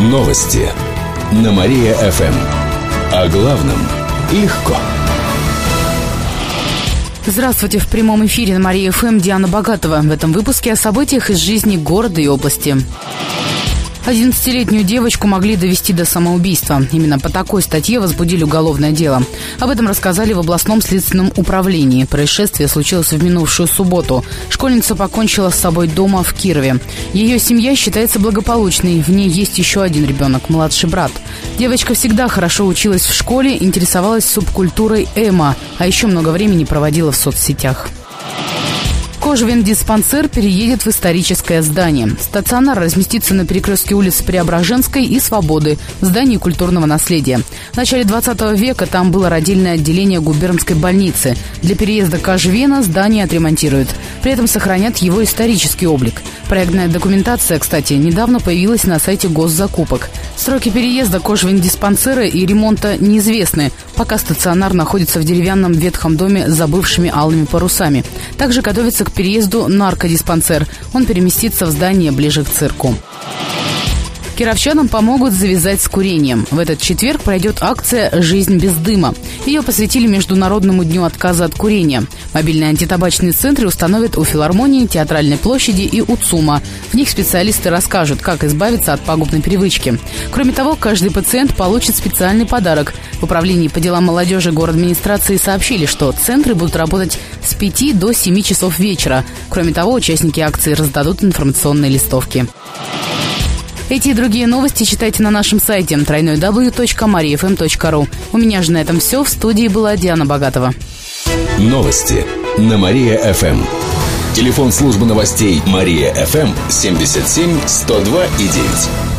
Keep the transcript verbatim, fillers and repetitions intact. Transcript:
Новости на Мария-ФМ. О главном легко. Здравствуйте, в прямом эфире на Мария-ФМ Диана Богатова. В этом выпуске о событиях из жизни города и области. одиннадцатилетнюю девочку могли довести до самоубийства. Именно по такой статье возбудили уголовное дело. Об этом рассказали в областном следственном управлении. Происшествие случилось в минувшую субботу. Школьница покончила с собой дома в Кирове. Ее семья считается благополучной. В ней есть еще один ребенок, младший брат. Девочка всегда хорошо училась в школе, интересовалась субкультурой эмо, а еще много времени проводила в соцсетях. Кожвендиспансер переедет в историческое здание. Стационар разместится на перекрестке улиц Преображенской и Свободы в здании культурного наследия. В начале двадцатого века там было родильное отделение губернской больницы. Для переезда Кожвена здание отремонтируют. При этом сохранят его исторический облик. Проектная документация, кстати, недавно появилась на сайте госзакупок. Сроки переезда Кожвендиспансера и ремонта неизвестны, пока стационар находится в деревянном ветхом доме с забывшими алыми парусами. Также готовится к переезду наркодиспансер. Он переместится в здание ближе к цирку. Кировчанам помогут завязать с курением. В этот четверг пройдет акция «Жизнь без дыма». Ее посвятили Международному дню отказа от курения. Мобильные антитабачные центры установят у филармонии, Театральной площади и у ЦУМа. В них специалисты расскажут, как избавиться от пагубной привычки. Кроме того, каждый пациент получит специальный подарок. В управлении по делам молодежи городадминистрации сообщили, что центры будут работать с пяти до семи часов вечера. Кроме того, участники акции раздадут информационные листовки. Эти и другие новости читайте на нашем сайте дабл ю дабл ю дабл ю точка мария эф эм точка ру. У меня же на этом все. В студии была Диана Богатова. Новости на Мария-ФМ. Телефон службы новостей Мария-ФМ семьдесят семь сто два и девять.